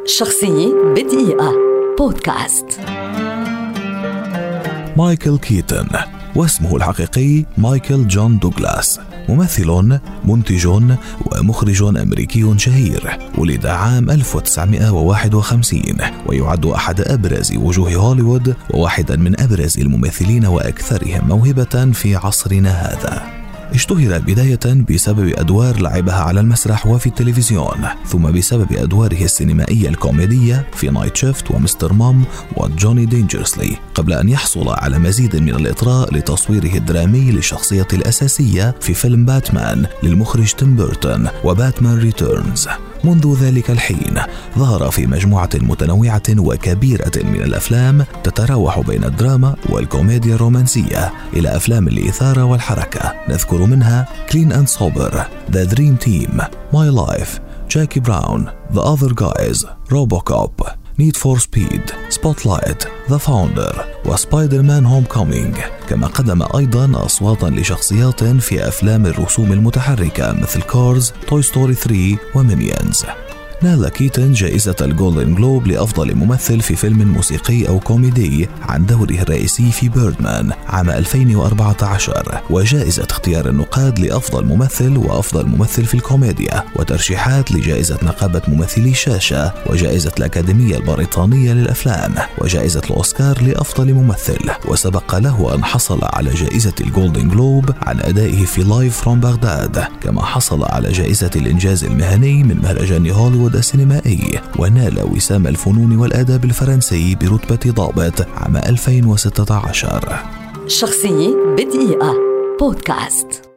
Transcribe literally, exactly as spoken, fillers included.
شخصية بدقيقة بودكاست. مايكل كيتون، واسمه الحقيقي مايكل جون دوغلاس، ممثل منتج ومخرج أمريكي شهير. ولد عام ألف وتسعمائة وواحد وخمسين ويعد أحد أبرز وجوه هوليوود وواحدا من أبرز الممثلين وأكثرهم موهبة في عصرنا هذا. اشتهر بداية بسبب أدوار لعبها على المسرح وفي التلفزيون، ثم بسبب أدواره السينمائية الكوميدية في نايت شيفت ومستر مام وجوني دينجرسلي، قبل أن يحصل على مزيد من الإطراء لتصويره الدرامي للشخصية الأساسية في فيلم باتمان للمخرج تيم بيرتون وباتمان ريتيرنز. منذ ذلك الحين ظهر في مجموعة متنوعة وكبيرة من الأفلام تتراوح بين الدراما والكوميديا الرومانسية إلى أفلام الإثارة والحركة، نذكر منها كلين أند سوبر، ذا دريم تيم، ماي لايف، جاكي براون، ذا أذر جايز، روبوكوب، نيد فور سبيد، سبوتلايت، ذا فاوندر، وسبايدر مان هوم كومينج. كما قدم أيضا أصواتا لشخصيات في أفلام الرسوم المتحركة مثل كارز، توي ستوري ثري ومينيونز. نال كيتون جائزة الجولدن جلوب لأفضل ممثل في فيلم موسيقي أو كوميدي عن دوره الرئيسي في بيردمان عام ألفين وأربعة عشر، وجائزة اختيار النقاد لأفضل ممثل وأفضل ممثل في الكوميديا، وترشيحات لجائزة نقابة ممثلي الشاشة، وجائزة الأكاديمية البريطانية للأفلام، وجائزة الأوسكار لأفضل ممثل. وسبق له أن حصل على جائزة الجولدن جلوب عن أدائه في لايف فروم بغداد، كما حصل على جائزة الإنجاز المهني من مهرجان هوليوود السينمائي، ونال وسام الفنون والآداب الفرنسي برتبة ضابط عام ألفين وستة عشر. شخصية بدقيقة بودكاست.